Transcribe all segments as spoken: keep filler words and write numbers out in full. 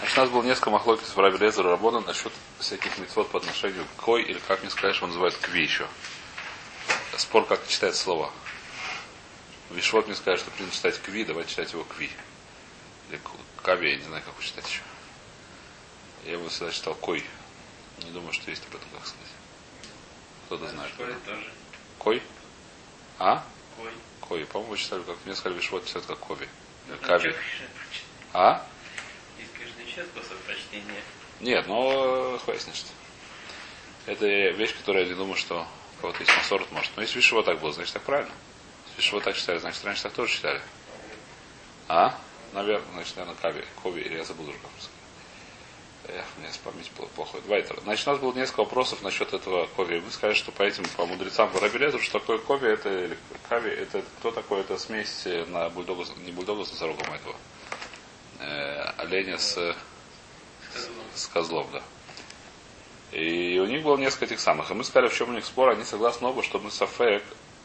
Значит, у нас было несколько махлокис в Раби Лезер и Рабона насчет всяких митцвот по отношению к кой, или как мне сказать, что он называет кви еще. Спор, как читает слово. Вишвот мне скажет, что принято читать кви, давайте читать его кви. Или кави, я не знаю, как его читать еще. Я его всегда читал кой. Не думаю, что есть об этом, как сказать. Кто-то знает. Тоже. Кой? А? Кой. Кой. По-моему, вы читали, как мне сказали, Вишвот читают как кови. Кави. А? Есть, конечно, еще способ прочтения. Нет, но хватит, значит. Это вещь, которая я не думаю, что у кого-то есть масорот может. Но если Вишвот так было, значит так правильно. Если Вишвот так читали, значит раньше так тоже читали. А? Наверное, значит, наверное, Кави. Кови, или я забыл уже, как сказать. Эх, у меня с памятью было плохой. Двайтер. Значит, у нас было несколько вопросов насчет этого кови. Вы сказали, что по этим, по мудрецам в Раби Лезер, что такое кови, это, или кави, это кто такой, это смесь на бульдога, не бульдога с носорогом, а этого. Э, оленя с, с, с козлом, да. И у них было несколько этих самых. И мы сказали, в чем у них спор, они согласны оба, что мы сафек,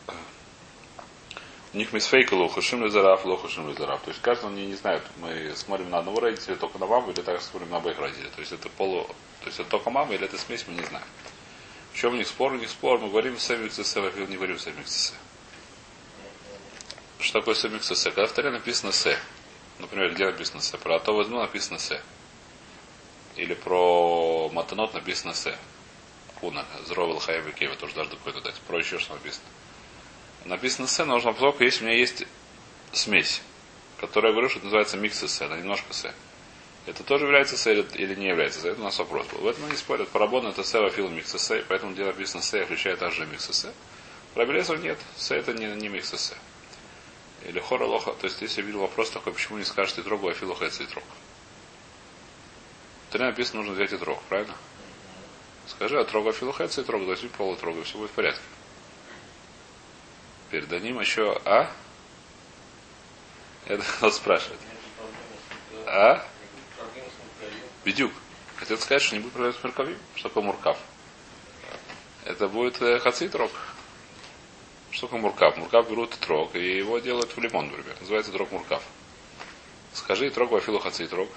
у них мисфейк и лоха, шим лизараф, лоха шим лизараф. То есть каждый они не знают, мы смотрим на одного родителя, только на маму, или так смотрим на обоих родителей. То есть это полу, то есть это только мама, или это смесь, мы не знаем. В чем у них спор? У них спор, мы говорим сэмиксэсэ, во-первых, не говорим сэмиксэсэ. Что такое сэмиксэсэ? Когда в Торе написано сэ, например, где написано сэ? Про то возьму написано сэ. Или про матанот написано сэ. Куна, зровел хайвы кева, тоже даже какой-то дать. Про еще что написано. Написано сэ, нужно только, если у меня есть смесь, которая, я говорю, что это называется микс сэ, она немножко сэ. Это тоже является сэ или не является сэ? Это у нас вопрос был. В этом не спорят. Парабон это сэ, вафил микс сэ, поэтому где написано сэ, включая также микс сэ. Про Белезер нет, сэ это не, не микс сэ. Или хора лоха, то есть если я видел вопрос такой, почему не скажешь итрогу, а филуха это итрог. Тогда написано, нужно взять итрог, правильно? Скажи, а трога филуха это итрог, возьми полутрога, все будет в порядке. Перед ним еще А? Это кто спрашивает? А? Бедюк. Хотел сказать, что не будет проблем с Меркавим. Что такое Муркав? Это будет э, хацитрог. Что такое Муркав? Муркав берут трог и его делают в лимон, например. Называется трог Муркав. Скажи трог афилу хацитрог.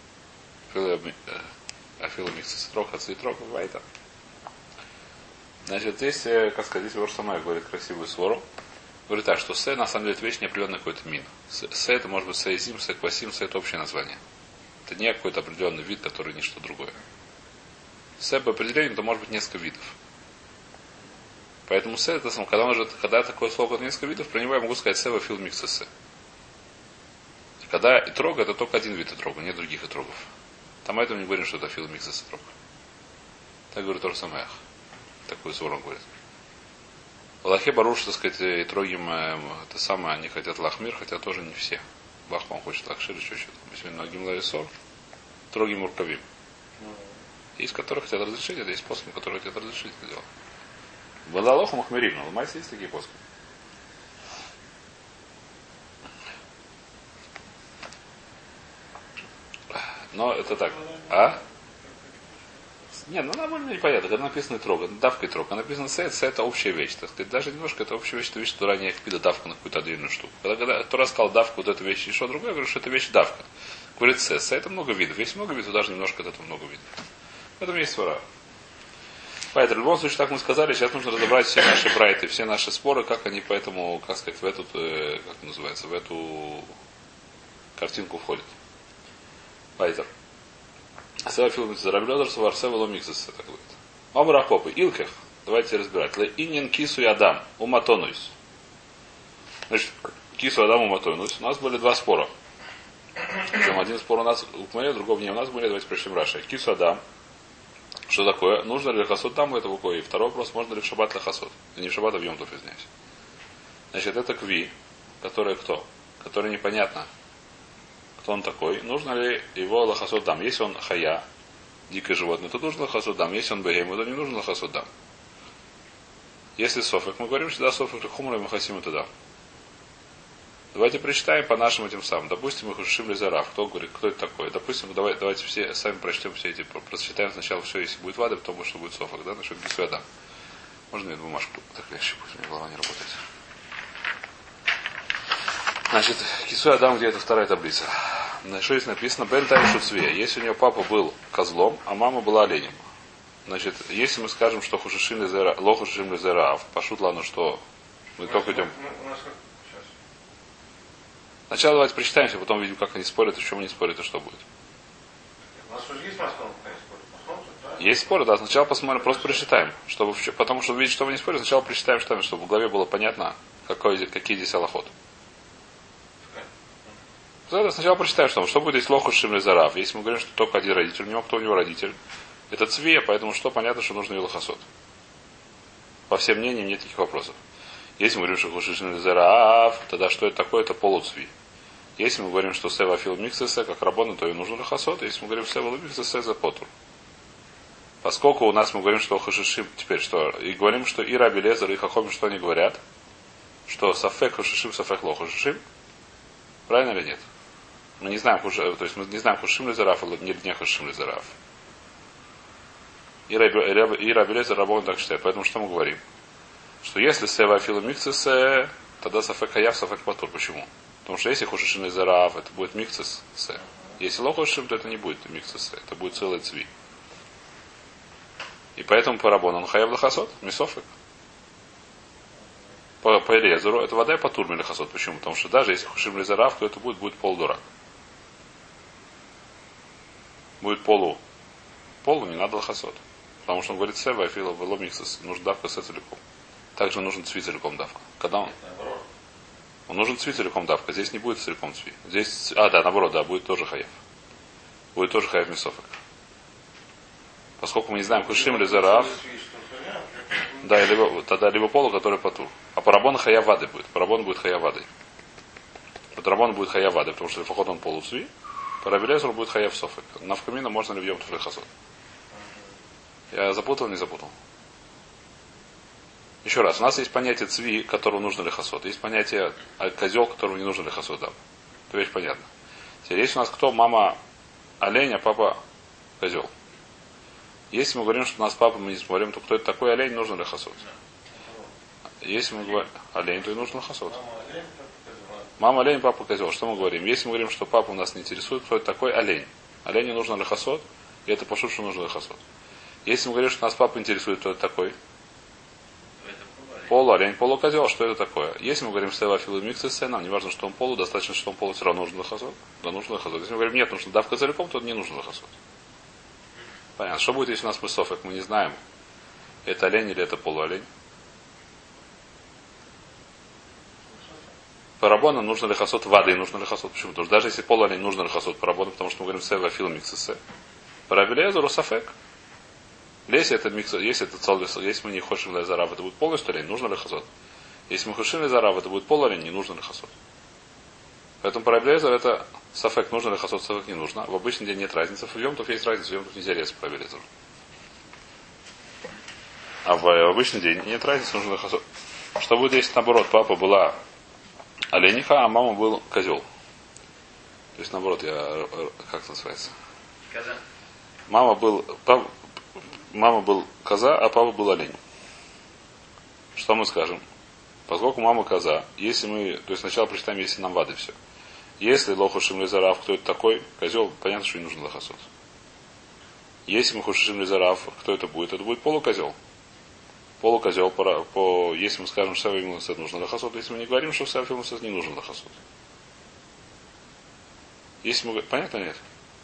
Афилу микситрог, хацитрог, вайта. Значит, здесь, как сказать, здесь Вор Самай говорит красивую свору. Говорит так, что сэ на самом деле это вещь неопределенный какой-то мин. Сэ это может быть сэизим, сэ квасим, сэ это общее название. Это не какой-то определенный вид, который не что другое. Сэ по определению это может быть несколько видов. Поэтому сэ это сам, когда, может, когда такое слово несколько видов, про него я могу сказать сэ вафил микса сэ. Когда итрога это только один вид итрога, нет других итрогов. Там поэтому не говорим, что это фил микса сэ итрог. Так говорит Тор Самеах. Такую свору говорит. В Аллахе Баруш, так сказать, и трогим это самое, они хотят лахмир, хотя тоже не все. Бахман хочет лахшир, еще что-то. Если многим ларисор, трогим уркавим. Из которых хотят разрешить, это есть посты, которые хотят разрешить это дело. В Аллаху Махмирим, но в Майсе есть такие посты. Но это так. А? Нет, ну она более непонятно, когда написано трога, давка и трог, а написано сэ, сэ это общая вещь. Так сказать, даже немножко это общая вещь, это вещь, что ранее пида давку на какую-то отдельную штуку. Когда, когда кто рассказал давку, вот эту вещь и что другое, я говорю, что это вещь давка. Говорит сэ, сэ это много видов. Есть много видов, даже немножко от этого много видов. В этом есть свара. Поэтому, в любом случае, так мы сказали, сейчас нужно разобрать все наши брайты, все наши споры, как они поэтому, как сказать, в эту, как называется, в эту картинку входят. Поэтому. Серафилм Зарабелезер Саварсева Ломиксис, это говорит. Омрахопы, Илкех, давайте разбирать. Ле инин кису и Адам, уматонуис. Значит, кису Адам уматонуис. У нас были два спора. Причем один спор у нас у Кмаре, другого не у нас были. Давайте прочтем Раши. Кису Адам. Что такое? Нужно ли хасот там это буквой? И второй вопрос, можно ли в шаббат лахасот? Не в шаббат, а в йомтов, извиняюсь. Значит, это кви, который кто? Который непонятно. Кто он такой? Нужно ли его лахасот дам? Если он хая, дикое животное, то нужно лахасот дам. Если он бегем, то не нужно лахасот дам. Если софик, мы говорим, что да, софик хумра и махасим это дам. Давайте прочитаем по нашим этим самым. Допустим, их ушим лизарав. Кто говорит, кто это такой? Допустим, давай, давайте все сами прочтем все эти, прочитаем сначала все, если будет вада, потом что будет софик, да, насчет бисведа. Можно мне бумажку? Так легче, пусть у меня голова не работает. Значит, кису Адам, где это вторая таблица. На что здесь написано Бен Тайшу Цвия. Если у него папа был козлом, а мама была оленем. Значит, если мы скажем, что хушишим лизера, лохушишим лизера, пошут ладно, что мы только идем. Сначала давайте прочитаемся, потом видим, как они спорят, и в чем они спорят, и что будет. У нас уже есть маслом, да? Есть споры, да, сначала посмотрим, просто прочитаем. Чтобы, потому что увидеть, что вы не спорите, сначала прочитаем, что, чтобы в голове было понятно, какой, какие здесь аллахот. Сначала прочитаем, что, что будет, если лохушим лизарав. Если мы говорим, что только один родитель, у него кто у него родитель. Это цвия, поэтому что понятно, что нужно елохасот. По всем мнениям нет таких вопросов. Если мы говорим, что хушишин лизарав, тогда что это такое? Это полуцви. Если мы говорим, что сева фил миксесе, как рабоны, то и нужно лохасот. Если мы говорим сева миксесе, за потур. Поскольку у нас мы говорим, что хушишим, теперь что? И говорим, что и Раби Лезер, и Хахомим, что они говорят? Что сафек хушишим, сафек лохушишим. Правильно или нет? Мы не знаем, то есть мы не знаем, хушишим лизарав или не хушишим лизарав. И Раби Лезер рабон так считает. Поэтому что мы говорим? Что если сева фила миксесе, тогда сафек хаяв, сафек патур. Почему? Потому что если хушишин лизарав, это будет миксесе. Если лохушим, то это не будет миксесе. Это будет целый цви. И поэтому по рабону он хаяв лахасот, мисофек. По, по Элиезеру это вода и патур милихасот. Почему? Потому что даже если хушишим лизарав, то это будет, будет полдурак. Будет полу. Полу не надо лахасот. Потому что он говорит сева, афила, вело миксес. Нужно давка се целиком. Также нужен цви целиком давка. Когда он? Он нужен цви целиком давка. Здесь не будет целиком цви. Здесь, а, да, наоборот, да, будет тоже хаяв. Будет тоже хаяв мисофек. Поскольку мы не знаем, хушим ли зараф, да, либо, тогда либо полу, который патур. А по рабону хаяв вады будет. По рабону будет хаяв вады. По рабону будет хаяв вады, потому что лифоход он полу цви. По Раби Лезеру будет хаяв софек. Навкамина можно ли в йом туфлехасот? Я запутал, не запутал. Еще раз, у нас есть понятие цви, которому нужно лихасот. Есть понятие козел, которому не нужно лихасот. Да. Это вещь понятна. Теперь есть у нас кто? Мама олень, а папа козел. Если мы говорим, что у нас папа, мы не смотрим, то кто это такой олень, нужно лихасот. Если мы говорим олень, то и нужно лихасот. Мама олень, папа козел. Что мы говорим? Если мы говорим, что папа у нас не интересует, кто это такой олень. Оленю нужно лихасот, и это пошут, что нужно лихасот. Если мы говорим, что нас папа интересует, кто это такой? Полуолень, полукозел, что это такое? Если мы говорим сева филу миксесе, нам не важно, что он полу, достаточно, что он полу, все равно нужно лохасот. Да, нужно лохасот. Если мы говорим, нет, нужно давка целиком, то не нужно лохасот. Понятно. Что будет, если у нас мысофек? Мы не знаем, это олень или это полуолень. По рабону нужно лохасот воды, нужно лохасот. Почему? Потому что даже если полуолень, нужно лохасот по рабону, потому что мы говорим сева филу миксесе. По Раби Лезеру сафек. Если это микс, если это цалвис, если мы не хошим лезарав, это будет полностью олень, нужно лихасот. Если мы хошим лезарав, это будет пололень, не нужно лихасот. Поэтому по Раби Лезеру это сафек, нужно лихасот, сафек не нужно. В обычный день нет разницы. В йом-туф есть разница, в йом-туф нельзя резать по Раби Лезеру. А в обычный день нет разницы, нужно лихасот. Что будет, если наоборот, папа была олениха, а мама был козел? То есть наоборот, я как это называется? Коза. Мама был. Папа, Мама был коза, а папа был олень. Что мы скажем? Поскольку мама коза, если мы, то есть сначала прочитаем, если нам вады все. Если лохушим лизарав, кто это такой? Козел, понятно, что не нужен лохасот. Если мы хушим лизарав, кто это будет? Это будет полукозел. Полукозел, по, по, если мы скажем, что сева нужно лохасот, если мы не говорим, что сева не нужен лохасот. Если мы, понятно нет?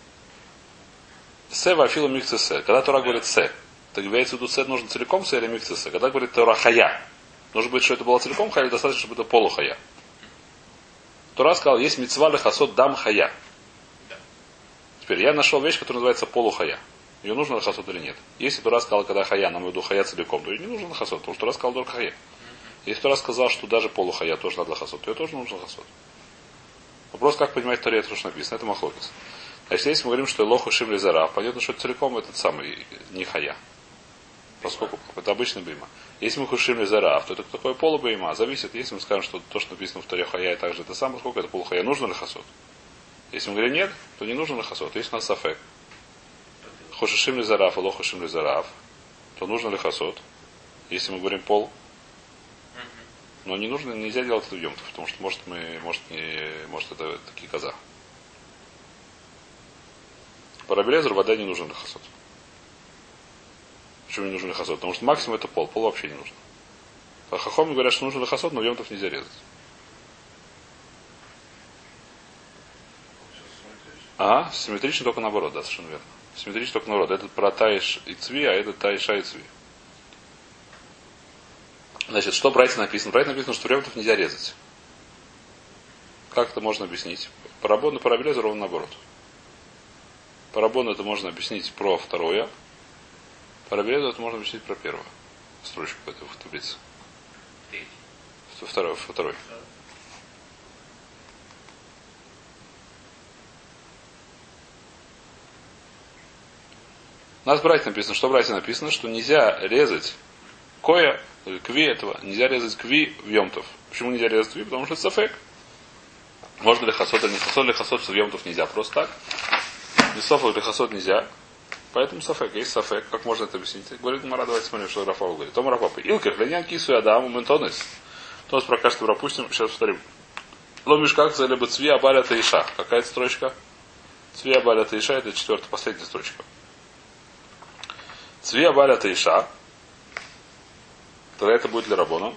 Сева афила миксесе. Когда Тора говорит се, так имеется в виду се нужно целиком се или миксесе. Когда говорит Тора хая, нужно быть, что это было целиком хая, или достаточно, чтобы это полухая. Тора сказал, есть мицва лехасот дам хая. Теперь я нашел вещь, которая называется полухая. Ее нужно лехасот или нет? Если Тора сказал, когда хая, нам веду хая целиком, то ее не нужно лехасот, потому что Тора сказал только хая. Если Тора сказал, что даже полухая тоже надо лехасот, то ее тоже нужно лехасот. Вопрос, как понимать в Торе, это что написано, это махлокис. Значит, если мы говорим, что лоху шим лизара, понятно, что это целиком этот самый не хая. Поскольку это обычный бейма. Если мы хушим лизара, то это такое полубейма. Зависит, если мы скажем, что то, что написано в Торе хая, также это самое, сколько это полухая, нужно ли хасот? Если мы говорим нет, то не нужно ли хасот. Если у нас сафек. Хушишим лизараф и лохушим лизараф, то нужно ли хасот? Если мы говорим пол, но не нужно, нельзя делать это в йомтов, потому что может мы, может не, может это такие коза. По Раби Элиэзеру вода не нужна лехасот. Почему не нужен лехасот? Потому что максимум это пол. Пол вообще не нужно. По хахому говорят, что нужен лехасот, но в йомтов нельзя резать. А, симметрично только наоборот, да, совершенно верно. Симметрично только наоборот. Этот про Таиш и Цви, а этот Таиша и Цви. Значит, что в Брайте написано? В Брайте написано, что в йомтов нельзя резать. Как это можно объяснить? По Рабону, по Раби Элиэзеру ровно наоборот. По Рабону это можно объяснить про второе. По Раби Элиэзеру это можно объяснить про первое. Строчку в этой в таблице. Второй, второй. У нас в Брайте написано, что в Брайте написано, что нельзя резать коя, кви этого, нельзя резать кви в йомтов. Почему нельзя резать кви? Потому что это сафек. Можно ли хасот или не хасот, или хасот, что в йомтов нельзя просто так. Лисов или хасот нельзя. Поэтому сафек. Есть сафек. Как можно это объяснить? Говорит Мара, давайте смотрим, что Рафаэл говорит. Том Рафапа. Илка, хлянян кису и адаму ментонес. То нас пока что пропустим. Сейчас повторим. Ломишь как за либо цви абаля таиша. Какая-то строчка? Цви абаля таиша, это четвертая, последняя строчка. Цви абаля таиша. Тогда это будет для Рабона.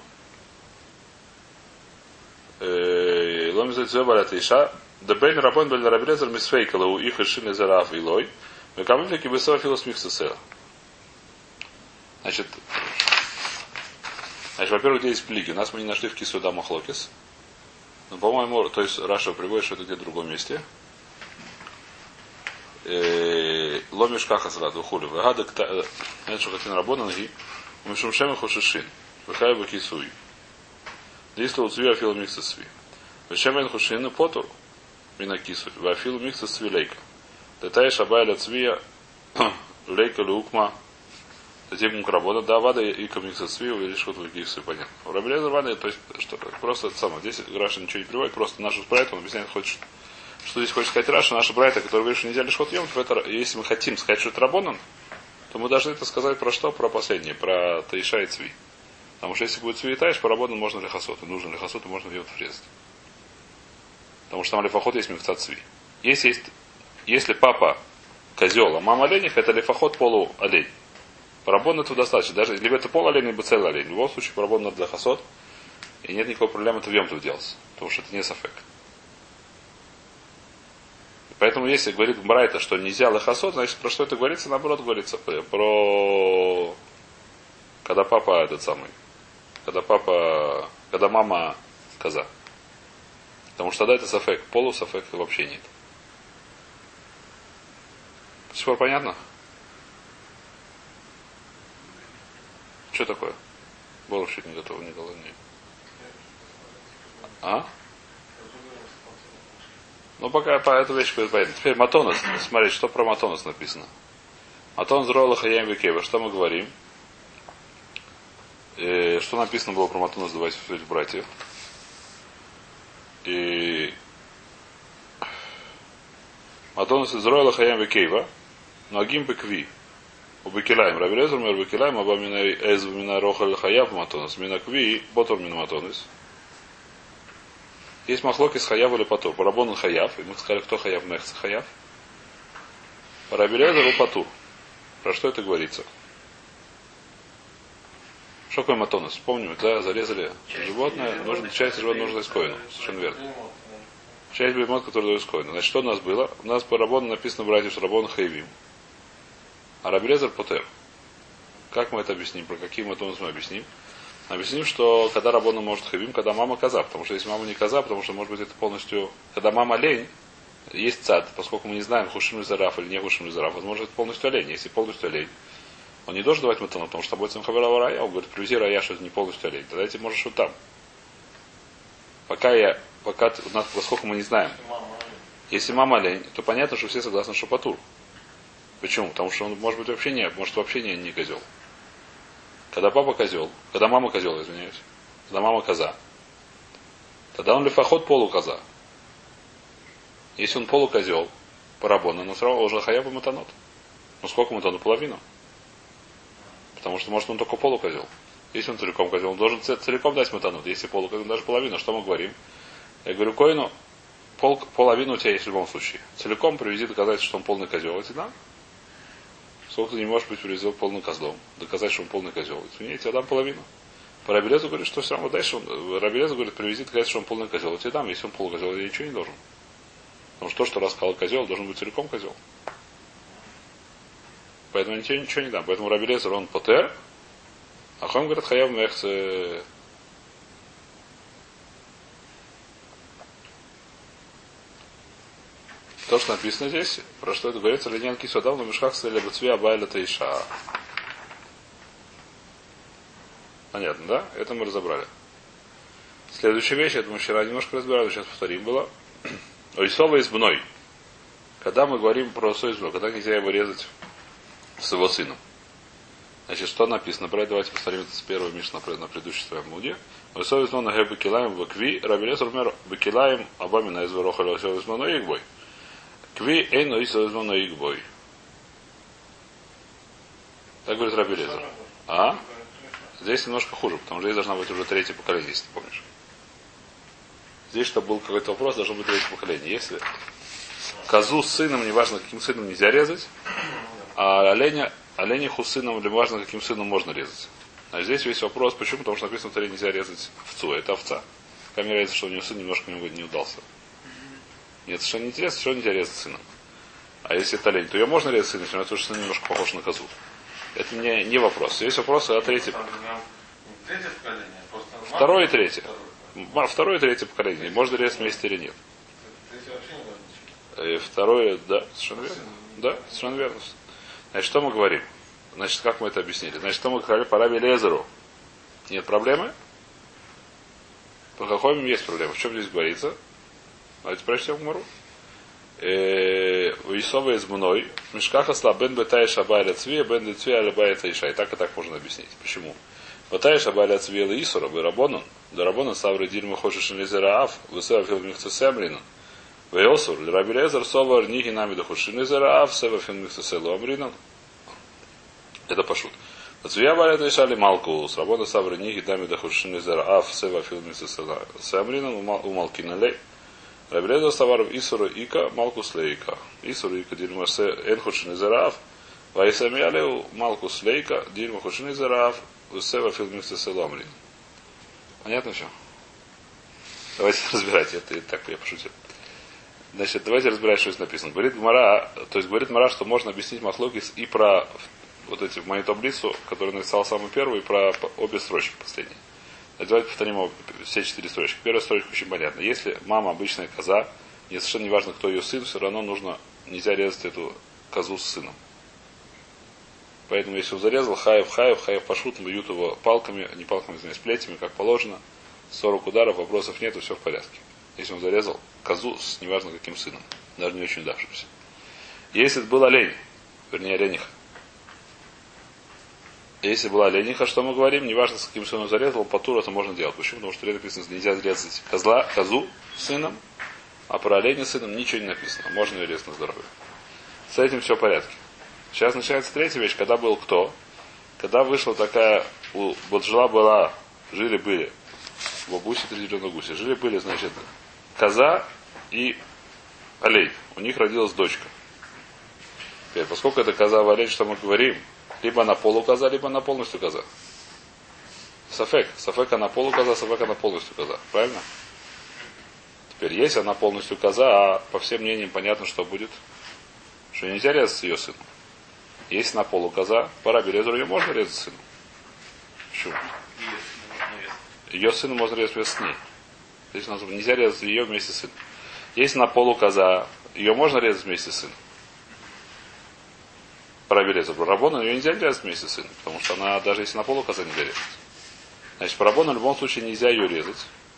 Ломишь цви абаля таиша. Дебейн Рабон был Раби Элиэзер мисфейкала у их решили за Раф и Лой. Мекамифлики бесова филос михсесера. Значит, значит, во-первых, где есть плиги? У нас мы не нашли в Кисуда Махлокис. Но, по-моему, то есть Раша приводит, что это где-то в другом месте. Ломиш каха сраду хули. Вагадак та... Это что хотим Рабона ноги. Мишумшем хушишин. Выхай бы кисуй. Действовал цви афил михсесви. Вешемен хушин и потур. Минакисуй. Вафил михсесви лейка. Детай шабайля цвия лейка люкма. Затем Рабона, да, вада и комикса цви увидишь что в гипсы, понятно. В Раби Элиэзер вада, то есть что, просто это самое. Здесь Раша ничего не приводит, просто нашу Брайту он объясняет, хочет, что здесь хочет сказать Раша, наша Брайта, которая говорит, что нельзя лишь ход йомтов, это, если мы хотим сказать, что это Рабонан, то мы должны это сказать про что? Про последнее, про Таиша и Цви. Потому что если будет Цви и Таиш, по Рабонану можно лихасот, и нужно лихасот, и можно в йомтов резать. Потому что там лифоход есть мифцат Цви. Если есть Если папа козел, а мама олених, это лифоход полу олень. Парабон этого достаточно. Даже либо это пол олень, либо целый олень. В любом случае парабон надо для хасот. И нет никакой проблемы это в йомтов делать. Потому что это не сафек. Поэтому если говорит Брайта, что нельзя лахасот, значит про что это говорится? Наоборот говорится. Про когда папа этот самый. Когда папа. Когда мама коза. Потому что тогда это сафек. Полу сафек вообще нет. До сих пор понятно? Что такое? Боров чуть не готов, не голодный. А? Ну, пока по эту вещь будет понятно. Теперь Матонос. Смотрите, что про Матонос написано. Матонос Рола Хаяем Викева. Что мы говорим? И что написано было про Матонос? Давайте посмотреть братьев. И Матонос из Рола Хаяем Викева. Нагим бекви. У бекилаем. Раби Элиэзер мэр бекилаем, аба мина эз мина рохаль хаяв матонос. Мина кви, ботор мина матонос. Есть махлоки с хаяв или потур. По Рабону хаяв. И мы сказали, кто хаяв, мехц хаяв. По Раби Элиэзеру потур. Про что это говорится? Что такое матонос? Помним, да, зарезали животное. Нужно, часть животного нужно дать коину. Совершенно верно. Часть бемот, который дает коину. Значит, что у нас было? У нас по Рабону написано, братья, что Рабон хаявим. А Раби Элиэзер потер. Как мы это объясним? Про какие матонос мы объясним? Объясним, что когда Рабона может хавим, когда мама коза. Потому что если мама не коза, потому что может быть это полностью... Когда мама лень, есть цад, поскольку мы не знаем, хушим ли зараф или не хушим ли зараф, возможно, это полностью олень. Если полностью олень, он не должен давать матонос, потому что будет хавера рая, он говорит, привези рая, что это не полностью олень. Тогда ты можешь вот там. Пока я... Пока у нас, поскольку мы не знаем. Если мама олень, то понятно, что все согласны, что патур. Почему? Потому что он может быть вообще не, может вообще не, не козел. Когда папа козел, когда мама козел, извиняюсь, когда мама коза, тогда он лифоход полукоза. Если он полукозел, парабона, но сразу уже хаяба матанот. Ну сколько матанот? Половину. Потому что может он только полукозел. Если он целиком козел, он должен целиком дать матанот. Если полукозел, даже половину. Что мы говорим? Я говорю, коину пол, половину у тебя есть в любом случае. Целиком привези доказать, что он полный козел. Это да? Сколько ты не можешь быть привезен полным козлом. Доказать, что он полный козел. Это я тебе дам половину. По Рабелезу говорит, что все равно дальше он. Рабелезу говорит, привези доказать, что он полный козел. Я тебе дам, если он полный козел, я ничего не должен. Потому что то, что рассказал козел, должен быть целиком козел. Поэтому я тебе ничего не дам. Поэтому Рабелезер он потер. А Хом говорит, хаяв мехце. То, что написано здесь, про что это говорится, Ленян Кисудам, на мешках стали Бацви Абайля Таиша. Понятно, да? Это мы разобрали. Следующая вещь, это мы вчера немножко разбирали, сейчас повторим было. Ойсова из мной. Когда мы говорим про Ойсова из мной, когда нельзя его резать с его сыном. Значит, что написано? Про это давайте повторим это с первого Мишна на предыдущей своем муде. Ойсова из мной на гэ бекилаем в кви, Рабелес Румер бекилаем абамина из вороха Ойсова из мной их бой. Кви эйн Ойсова из мной их бой. Так говорит Рабелезер. А? Здесь немножко хуже, потому что здесь должна быть уже третье поколение, если ты помнишь. Здесь, чтобы был какой-то вопрос, должно быть третье поколение. Если козу с сыном, неважно каким сыном, нельзя резать, а оленя, олениху с сыном, неважно каким сыном, можно резать. А здесь весь вопрос, почему? Потому что написано в Торе нельзя резать овцу, это овца. Камера резать, что у него сын немножко не удался. Нет, совершенно не интересно, что нельзя резать сыном. А если это олень, то ее можно резать сыном, потому что сын немножко похож на козу. Это не, не вопрос. Есть вопросы о третьем. Второе и третье. Второе и третье поколение. Можно резать вместе или нет. И второе, да, совершенно верно. Да, совершенно верно. Значит, что мы говорим? Значит, как мы это объяснили? Значит, что мы говорили по Раби Лезеру? Нет проблемы? По какой есть проблема? В чем здесь говорится? Давайте прочтем Гмару. Исова из мной. Мешкаха сла бен бетай шабайля цвия, бен децвия алябайя таиша. И так и так можно объяснить. Почему? Бетай шабайля цвия ла исура, бы рабонан. Да рабонан савры дильма хочешь лизера аф, высева фил михца семрина. Веосур, раби лезер совар ниги нами да хочешь лизера аф, сева фил михца селу амринан. Это пошут. Цвия байля таиша ли малку, с рабонан савры ниги нами да хочешь лизера аф, сева фил михца селу амринан, умалкина лей. Рабелезер ставаров Исура Ика, Малкус Лейка. Исура Ика Дильма Энхушин Изараф, Вайсамиалеу Малкус Лейка, Дильма Хушин Изараф, Усева Филмикса Селамрин. Понятно все? Давайте разбирать. Это и так я пошутил. Значит, давайте разбирать, что здесь написано. Говорит Мара, то есть говорит Мара, что можно объяснить Махлокис и про вот эти в мою таблицу, которую написал самый первый, и про обе строчки последние. Давайте повторим все четыре строчки. Первая строчка очень понятна. Если мама обычная коза, мне совершенно не важно, кто ее сын, все равно нужно, нельзя резать эту козу с сыном. Поэтому если он зарезал, хаев, хаев, хаев пашут, бьют его палками, не палками, извиняюсь, плетями, как положено. сорок ударов, вопросов нет, все в порядке. Если он зарезал козу с неважно каким сыном, даже не очень удавшимся. Если это был олень, вернее олениха, если была олениха, что мы говорим, неважно, с каким сыном зарезал, по туру это можно делать. Почему? Потому что написано, нельзя резать козла, козу с сыном, а про оленя с сыном ничего не написано. Можно ее резать на здоровье. С этим все в порядке. Сейчас начинается третья вещь, когда был кто? Когда вышла такая, у, вот жила была, жили-были, в Абусе три зеленых гуся, жили-были, значит, коза и олень. У них родилась дочка. Теперь, поскольку это коза и олень, что мы говорим? Либо она полукоза, либо она полностью коза. Сафек. Сафек она полукоза, сафек она полностью коза. Правильно? Теперь, если она полностью коза, а по всем мнениям понятно, что будет, что нельзя резать ее сыном. Если она полукоза, по Раби Лезеру ее можно резать сыном. Почему? Ее сыну можно резать вместе с ней. Здесь у нас нельзя резать ее вместе с сыном. Если она полукоза, ее можно резать вместе с сыном. Парабелеза Барабона, ее нельзя резать вместе с сыном, потому что она, даже если на полу коза, нельзя резать. Значит, Парабона в любом случае нельзя ее резать.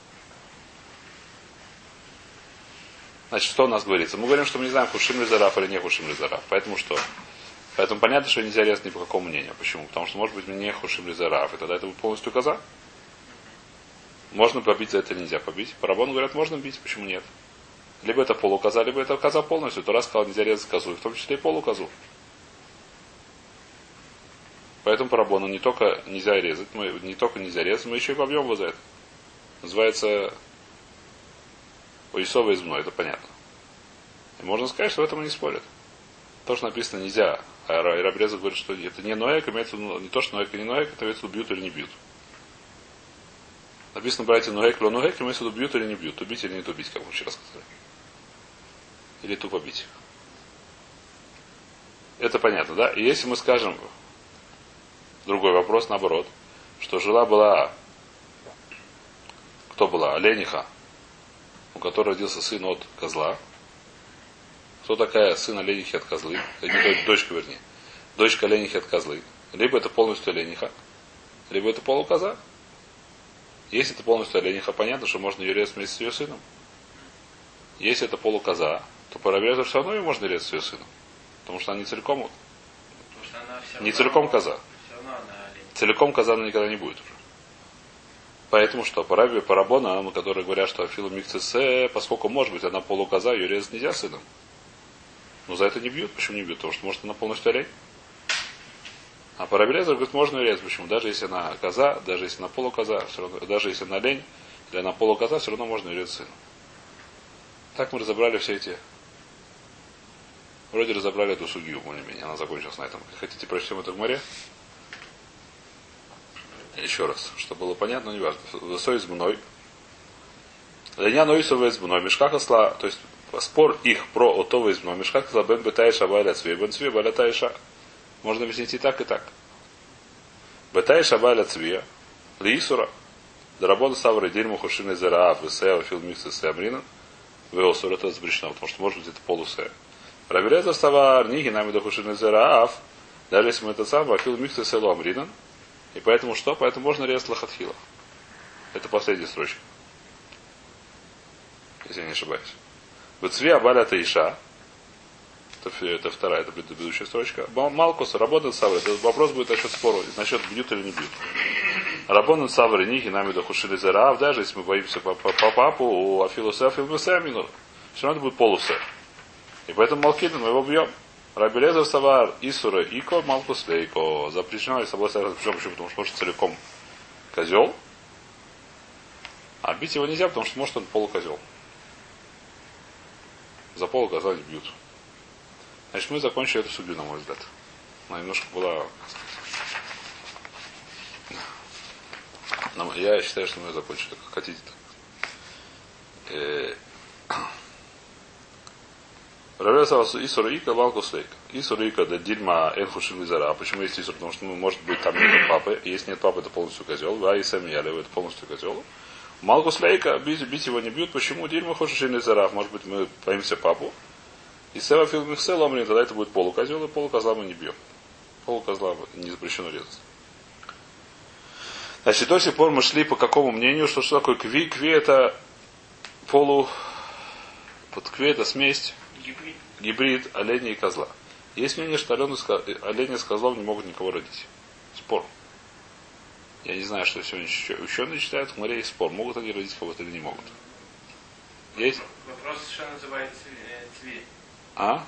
Значит, что у нас говорится? Мы говорим, что мы не знаем, хушим ли зараф или не хушим ли зараф. Поэтому что? Поэтому понятно, что нельзя резать ни по какому мнению. Почему? Потому что, может быть, не хушим ли зараф, и тогда это будет полностью коза. Можно побить за это или нельзя побить. Парабону говорят, можно бить, почему нет? Либо это полукоза, либо это коза полностью. То раз сказал, нельзя резать козу, и в том числе и полукозу. Поэтому по рабону не только нельзя резать, мы не только нельзя резать, мы еще и побьем его за это. Называется Исова измной, это понятно. И можно сказать, что в этом они спорят. То, что написано нельзя. А Рабреза говорит, что это не ноек, имеется в виду, не то, что ноек и не ноек, это имеется в виду бьют или не бьют. Написано, братья, ноек, ло ноек, имеется в виду бьют или не бьют. Убить или не убить, как мы вчера сказали. Или тупо бить. Это понятно, да? И если мы скажем, другой вопрос, наоборот, что жила была, кто была? Олениха, у которой родился сын от козла. Кто такая сын оленихи от козлы? Не дочь, дочка, вернее. Дочка оленихи от козлы. Либо это полностью олениха, либо это полукоза. Если это полностью олениха, понятно, что можно ее резать вместе с ее сыном. Если это полукоза, то по Рабелезеру все равно ее можно резать с ее сыном. Потому что она не целиком, что она все не равно, целиком коза. Все равно она олень. Целиком коза она никогда не будет уже. Поэтому что, по Рабе, по Рабонам, которые говорят, что Афилу Микцесе, поскольку может быть она полукоза, ее резать нельзя сыном. Но за это не бьют. Почему не бьют? Потому что может она полностью олень. А по Рабелезеру говорит, можно ее резать. Почему? Даже если она коза, даже если она полукоза, все равно, даже если она олень, или она полукоза, все равно можно ее резать сыном. Так мы разобрали все эти. Вроде разобрали эту судью, более-менее. Она закончилась на этом. Хотите, прочтем это в море? Еще раз, чтобы было понятно, но не важно. Высой из мной. Леня нойсова из мной. Мешка косла, то есть спор их про отова из мной. Мешка косла бен бетайша баля цве. Бен цве баля тайша. Можно объяснить и так, и так. Бетайша баля цве. Лиисура. Дарабон савры дерьмо хушины зераав. Весея филмиксы сеамрина. Веосура это запрещено, потому что может быть это полусея. Рабелезер ставар ниги нами до хушины зераав. Даже если мы это сам, афил миксы село амринан. И поэтому что? Поэтому можно резать лохатхила. Это последняя строчка. Если я не ошибаюсь. Бецви абаля таиша. Это, это вторая, это предыдущая строчка. Малкус, работает савры. Этот вопрос будет насчет спора, насчет бьют или не бьют. Работает савры ниги нами до хушили зераав. Даже если мы боимся по, по, по папу, у афилуса афилмусамину, все равно это будет полусе. И поэтому Малкидин мы его бьем. Рабелезер савар исура ико малкус лейко. Запрещено и собой савар запрещено. Почему? Потому что может целиком козел. А бить его нельзя, потому что может он полукозел. За полукоза не бьют. Значит, мы закончили эту судью, на мой взгляд. Она немножко была... Но я считаю, что мы ее закончили. Как хотите, так. Рабелезер исура ико малкус лейко. Исура ико да дильма энхушин визара. А почему есть исур? Потому что ну, может быть там нет папы. Если нет папы, это полностью козел. А если яли, это полностью козел. Малкус лейка, бить, бить его не бьют. Почему? Дильма хушин визара. Может быть мы боимся папу. И сева филмихсе ломрин, тогда это будет полукозел, и полукозла мы не бьем. Полукозла не запрещено резать. Значит, до сих пор мы шли по какому мнению, что что такое кви? Кви это полу... Под кви это смесь. Гибрид. Гибрид оленя и козла. Есть мнение, что олени с козлом не могут никого родить. Спор. Я не знаю, что сегодня ученые читают, в море есть спор. Могут они родить кого-то или не могут. Есть? Вопрос, что называется цвет. А?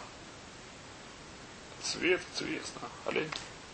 Цвет, цвет, да. Олень.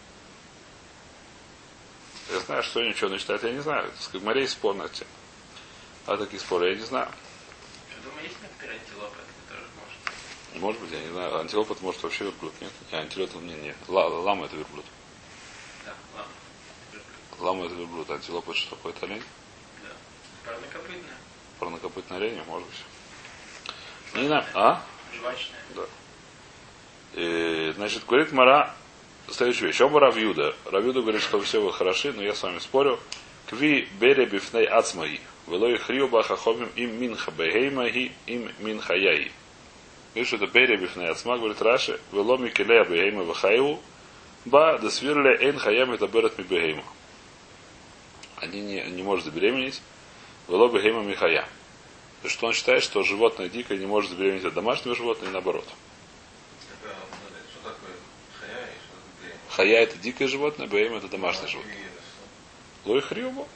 Я знаю, что сегодня ученые читают, я не знаю. В море есть спор на тему. А такие споры я не знаю. Что, думаю, есть некоторые антилопы, которые может? Может быть, я не знаю. Антилоп это может вообще верблюд, нет? Не, антилоп мне нет. Лама это верблюд. Да, лама. Лама это верблюд. Антилоп это что такое? Это олень? Да. Парнокопытная. Парнокопытная олень, может быть. Не знаю. А? Жвачная. Да. И, значит, говорит Мара следующую вещь. Оба Равьюда. Равьюда говорит, что все вы хороши, но я с вами спорю. Кви бере бифней ацмаи. Велой хриоба хахомим им минха бегеймаги им минха яи. Говорит, что это бере бифней ацма, говорит Раши. Вело микелея бегейма вахаеву. Ба десвирле эйн хаям это берет ми бегейма. Они не, не может забеременеть. Вело бегейма михая. Что он считает, что животное дикое не может забеременеть от домашнего животного и наоборот. Что такое хая и что такое бейма? Хая это дикое животное, бейма это домашнее животное. Лой хриубо?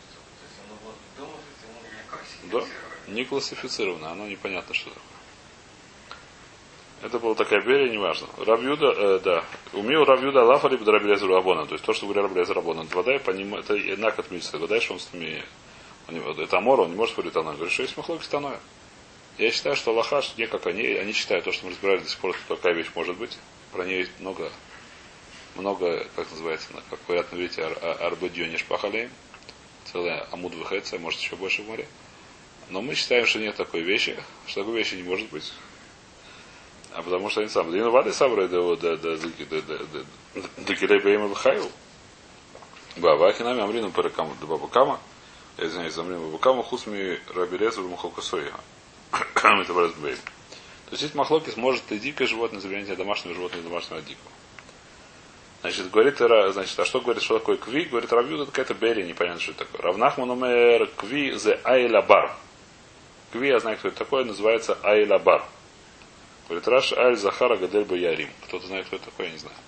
Да. Не классифицировано, оно непонятно, что такое. Это была такая берия, неважно. Рабьюда, э, да. Умел Рабьюда Лафа либо Рабелезер Рабона. То есть то, что говорил Рабелезер Рабона. Вода, по ним, это накат митцва. Вода, что он с ними. Это Амора, он не может говорить она. Говорит, что есть махлоки становя. Я считаю, что Аллаха, что не как они, они считают то, что мы разбирали до сих пор, что такая вещь может быть. Про нее есть много, много, как называется, как говорят, ну, видите, арбедиониш пахалеем, целая амуд выхэца, может еще больше в море. Но мы считаем, что нет такой вещи, что такой вещи не может быть. А потому что они сам. Да и навали сабры до до до до до до килейбейма вхайл. Бавахи нами амрину паракаму до бабакама. Я извиняюсь, амрину бабакама хусми рабирезу мухалкасоя. То есть здесь махлокис может и дикое животное заменить домашнего животного и домашнего дикого. Значит, говорит, значит, а что говорит, что такое кви? Говорит, Равьюда, это какая-то бери, непонятно, что это такое. Равнахман умер кви зе айлабар. Кви, я знаю, кто это такое, называется айлабар. Говорит, Раш аль захара гадель ба ярим. Кто-то знает, кто это такое, я не знаю.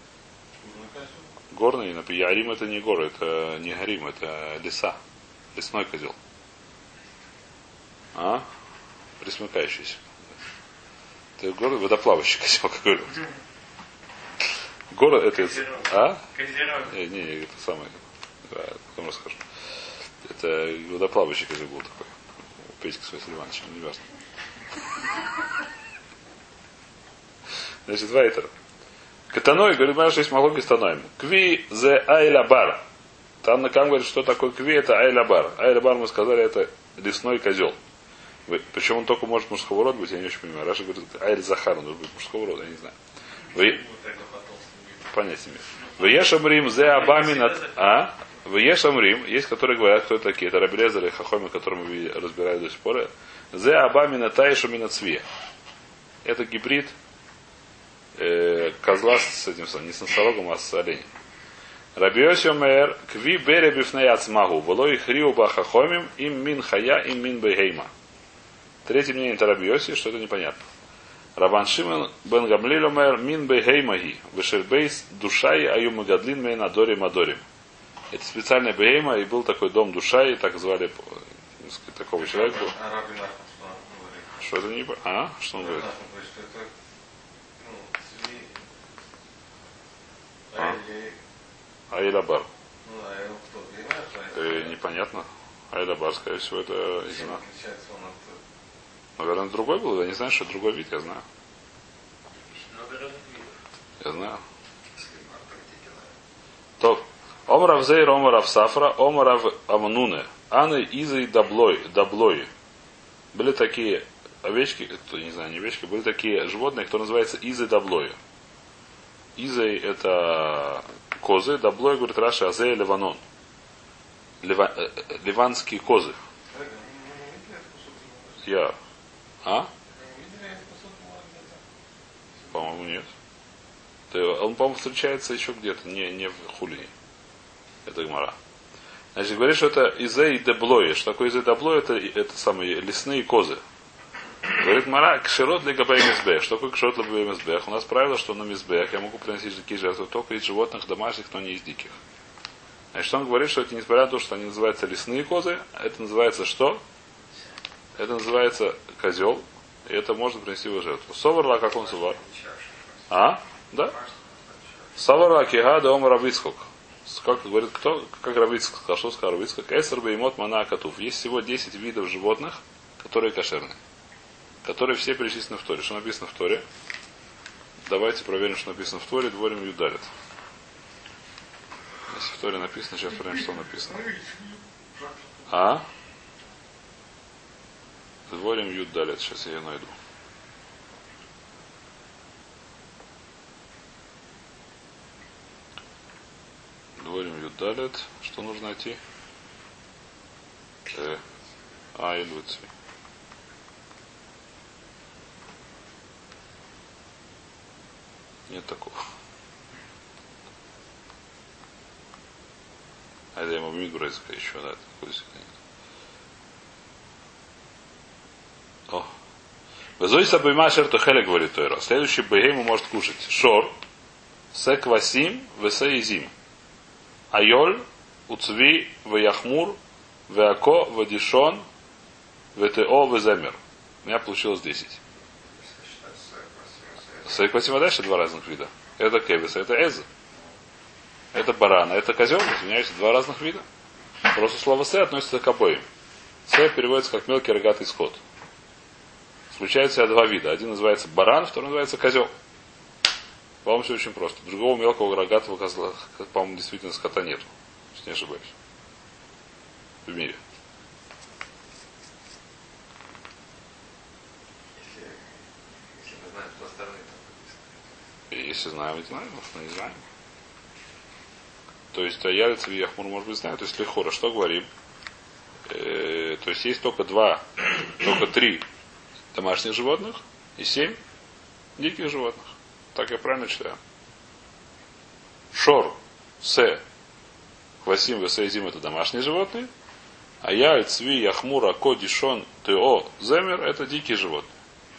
Горный, например, ярим это не горы, это не гарим, это леса. Лесной козел. А? Присмыкающийся. Это город водоплавающий козел, какой-то. Город это... А? Не, не, не, это самое. Да, потом расскажу. Это водоплавающий козел был такой. У Петьки с Василием Ивановичем, не важно. Значит, Вайтер. Катаной, говорит, знаешь, есть малоги с таноем. Кви зе айля бар. Там на кам говорит, что такое кви, это айля бар. Айля бар, мы сказали, это лесной козел. Причем он только может мужского рода быть, я не очень понимаю. Раша говорит, айль захар, он должен быть мужского рода, я не знаю. Вы... Понять себе. В Ешамрим зе абаминат. А? В Ешамрим, есть, которые говорят, кто это такие. Это Рабелезер и Хахоми, которые мы разбирали до сих пор. Зе абаминат таишу минацве. Это гибрид э, козла с этим самым, не с носорогом, а с оленем. Рабиосиомер кви бере бифней ацмагу. Волой хриу бахахомим им мин хая им мин бейгейма. Третье мнение это Рабиоси, что это непонятно. Рабан Шимон бен Гамлиль омер мин бейгеймаги. Вешербейс душай аю магадлин мейн адори мадорим. Это специальная бейгейма, и был такой дом душай, так звали такого человека был. Что это не... А? Что он говорит? А? Айлабар. Э, непонятно. Айлабар, скорее всего, это не знаю. Наверное, другой был, я не знаю, что другой вид, я знаю. Я знаю. То. Омрав зейр, омрав сафра, омрав амнуне. Аны изы даблой, даблой. Были такие овечки, не знаю, не овечки, были такие животные, кто называется изы даблой. Изой это козы, даблой, говорит Раша, азея леванон. Лива, э, ливанские козы. Я. А? По-моему, нет. Он, по-моему, встречается еще где-то, не, не в Хулине. Это Гмара. Значит, говорит, что это изей деблой. Что такое изей деблой? Это, это самые лесные козы. Говорит Мара, кширот для габай мизбех. Что такое кширот для габай мизбех? У нас правило, что на мизбех я могу приносить такие жертвы только из животных домашних, но не из диких. Значит, он говорит, что это несмотря на то, что они называются лесные козы, это называется что? Это называется козел, и это можно принести в жертву. Соварла, как он совар? А? Да? Соварла кига да ом равицкок. Как говорит кто? Как Равицкак сказал, что сказал Равицкак? Эсер беймот мана катув. Есть всего десять видов животных, которые кошерны. Которые все перечислены в Торе. Что написано в Торе? Давайте проверим, что написано в Торе. Дворим юдарит. Если в Торе написано, сейчас проверим, что написано. А? Дворим юдарит. Сейчас я ее найду. Дворим юдарит. Что нужно найти? Э. А, и двадцать. Нет такого. А это я ему мидбрейзка еще, да, такой сильный. О. Везой собой машер то хеле говорит Тойра. Следующий бегейму может кушать. Шор, секвасим, весеизим. Айоль, уцви, ваяхмур, веако, вадишон, вто, веземер. У меня получилось десять. Секвасим, а дальше два разных вида. Это кевис, это эз. Это барана, это козел, извиняюсь, два разных вида. Просто слово се относится к обоим. Се переводится как мелкий рогатый скот. включает в себя два вида. Один называется баран, второй называется козел. По-моему, все очень просто. Другого мелкого рогатого козла, по-моему, действительно скота нету. Если не ошибаюсь. В мире. Если, если мы знаем, кто стороны там написано. Если знаем, ведь знаем, но не знаем. То есть Аяр, Цви, Яхмур, может быть, знают. То есть Лехора, что говорим? Э, то есть есть только два, только три домашних животных и семь диких животных. Так я правильно читаю? Шор, Се, Хвасим, Весейзим это домашние животные. А я, Цви, Яхмур, Ако, Дишон, Тео, Земер это дикие животные.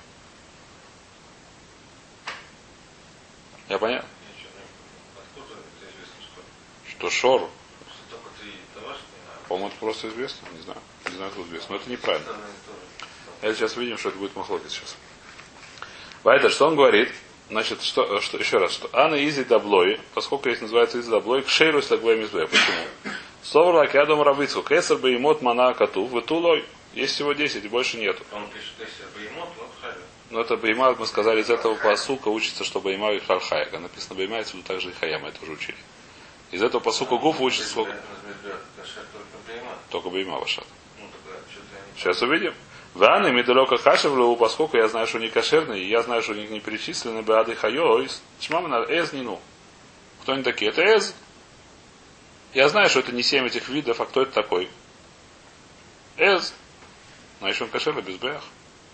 Я понятно? Откуда это известно, что? Что Шор, Что только три домашние, а по-моему, это просто известно, не знаю. Не знаю, откуда известно. Но это неправильно. остальные тоже. Это сейчас видим, что это будет махлокит сейчас. Поэтому, что он говорит? Значит, что, что еще раз, что Анна изи даблой, поскольку здесь называется изи даблой, к шейру слагвей мизбе. Почему? Слово лак я дом рабыцку, кесар бы имот мана коту, вытулой. Есть всего десять, больше нету. Он пишет, если беймот, вот хали. Но это Бейма, мы сказали, из этого посука учится, что Бейма и Хархая. Когда написано Бейма, отсюда также и Хая, мы это уже учили. Из этого посука Гуф учится сколько? Только Бейма ваша. Сейчас увидим. Ваны медалека хашевлю, поскольку я знаю, что они кошерные, и я знаю, что у них не перечислены бады хайо, чмам на эз нину. Кто они такие? Это эз. Я знаю, что это не семь этих видов, а кто это такой? Эз. Но еще он кошерный без бех.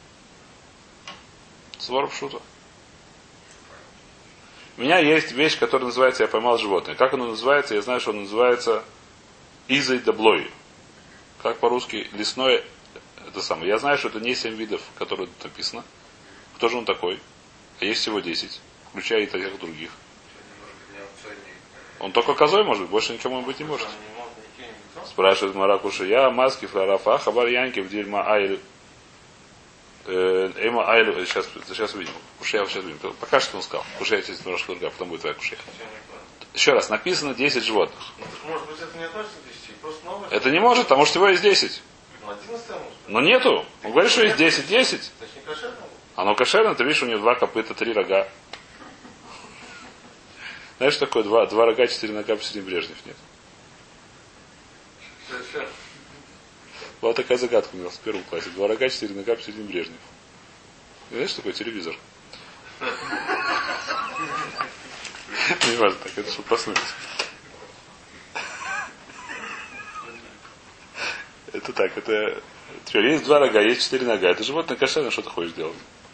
Своров шута. У меня есть вещь, которая называется «Я поймал животное». Как оно называется? Я знаю, что оно называется «Изой даблой». Как по-русски «лесное». Это самое. Я знаю, что это не семь видов, которые тут написано. Кто же он такой? А есть всего десять, включая и таких других. Он только козой может быть, больше никому быть не может. Спрашивает Маракуши. Я маски фларафа, хабар янки в дельма айль. Эма айль. Сейчас, сейчас видим. Кушая сейчас видим. Пока что он сказал. Кушая здесь немножко другая, потом будет твоя кушая. Еще раз, написано десять животных. Может быть, это не относится к десяти, просто новое. Это не может, потому что всего есть десять. Ну, одиннадцатое может. Но нету. Он говорит, что есть десять. десять. Значит, не кошерно? Оно кошерно, ты видишь, у него два копыта, три рога. Знаешь, что такое два, два рога, четыре нога, посередине Брежнев нет? Совершенно. Была такая загадка у нас в первом классе. Два рога, четыре нога, посередине Брежнев. Знаешь, что такое телевизор? Не важно, так, это чтобы проснулись. Это так, это... Теперь есть два рога, есть четыре нога. Это животное кошерное, что ты хочешь делать?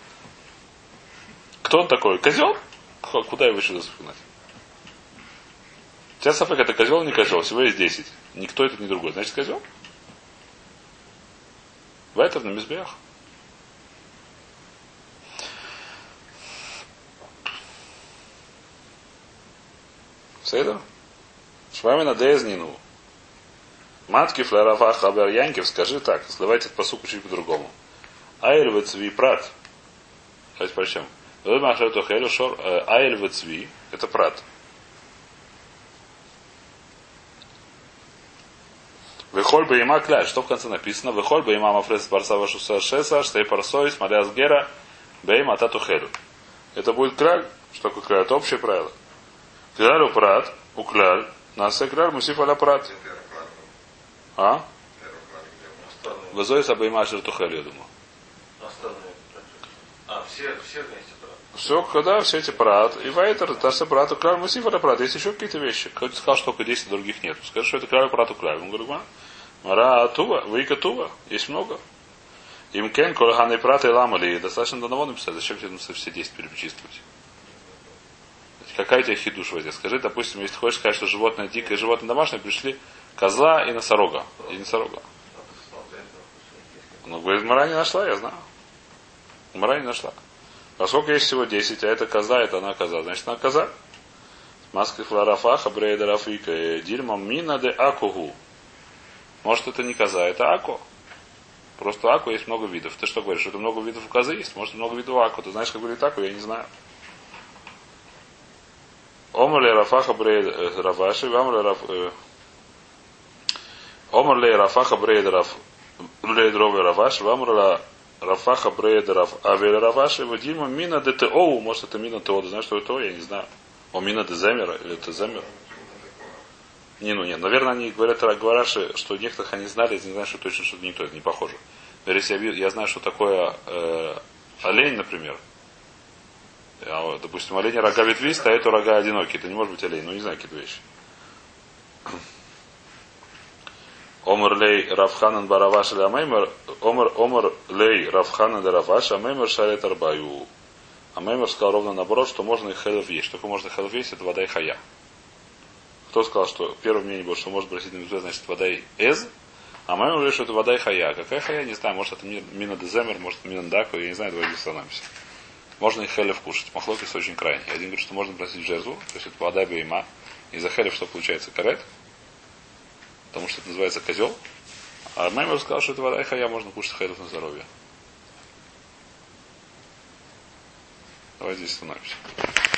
Кто он такой? Козел? Куда его еще вспоминать? Сейчас сафек это козел или не козел? Всего есть десять. Никто этот, ни другой. Значит, козел? Вайтер на мизбеях. Сейдер? Швами на дезнину. Матки флерафа хабер янкев, скажи так. Давайте этот посук учить по-другому. Айль вецви прат. Давайте прочтем. Айль вецви. Это прат. Вехоль бы има кляй. Что в конце написано? Вехоль бы има мафрес барса вашу шеса, штей парсой, смоляс гера, бейма тату хелю. Это будет краль. Что такое краль? Это общее правило. Кляль у прат, у кляль, насе кляль, мусиф аля прат. А? Везой сабайма жертухель, я думаю. А, все, все вместе прат. Все, когда все эти прат. И вайтер, тасе прат, у кляль, мусиф аля прат. Есть еще какие-то вещи. Кто-то сказал, что только десять, других нет. Скажи, что это кляль, прат, у кляль. Он говорит, мара тува, выйка тува. Есть много. Им кен, колханы прат и ламали. Достаточно до одного написать. Зачем тебе все десять перечислить? Какая у тебя хидуш в этой? Скажи, допустим, если ты хочешь сказать, что животное дикое, животное домашнее, пришли козла и носорога. И носорога. Ну, говорит, Мара не нашла, я знаю. Мара не нашла. Поскольку есть всего десять, а это коза, это она коза. Значит, она коза. Маска фларафаха, брейда рафика, дильмам мина де акугу. Может, это не коза, это ако. Просто аку есть много видов. Ты что говоришь, что это много видов у козы есть? Может, много видов аку. Ты знаешь, как говорит аку, я не знаю. Омрле Рафаха Брейд Рафаши, Омрле Рафаха Брейд Раф Брейд Рове Рафаш, Вамрла Рафаха Брейда Раф. Авель Раваши Вадима Мина ДТО. Может это Мина ТО. Знаешь, что это? Я не знаю. О, Мина Деземера или Теземер? Не, ну нет. Наверное, они говорят Гвараши, что некоторых они знали, не знаю, что точно что-то не то, это не похоже. Например, если я, вижу, я знаю, что такое э, олень, например. А, допустим, олень рога ветвистые, а это рога одинокие. Это не может быть олень. Ну, не знаю, какие-то вещи. Омар лей Равханан Бараваш или Амеймер. Омар, Омар лей Равханан Бараваш, Амеймер Шарет Арбаю. Амеймер сказал ровно наоборот, что можно и хелев есть. Что такое можно хелев есть, это вода и хая. Кто сказал, что первое мнение было, что может бросить на митцву, значит вода и эз. А Маймер говорит, что это вода и хая. Какая хая, не знаю, может это мина деземер, может это мина даку, я не знаю, давай остановимся. Можно и хелев кушать. Махлокис очень крайний. Один говорит, что можно бросить в жертву, то есть это вода и бейма. И за хелев что получается? Карет. Потому что это называется козел. А Маймер сказал, что это вода и хая, можно кушать хелев на здоровье. Давай здесь остановимся.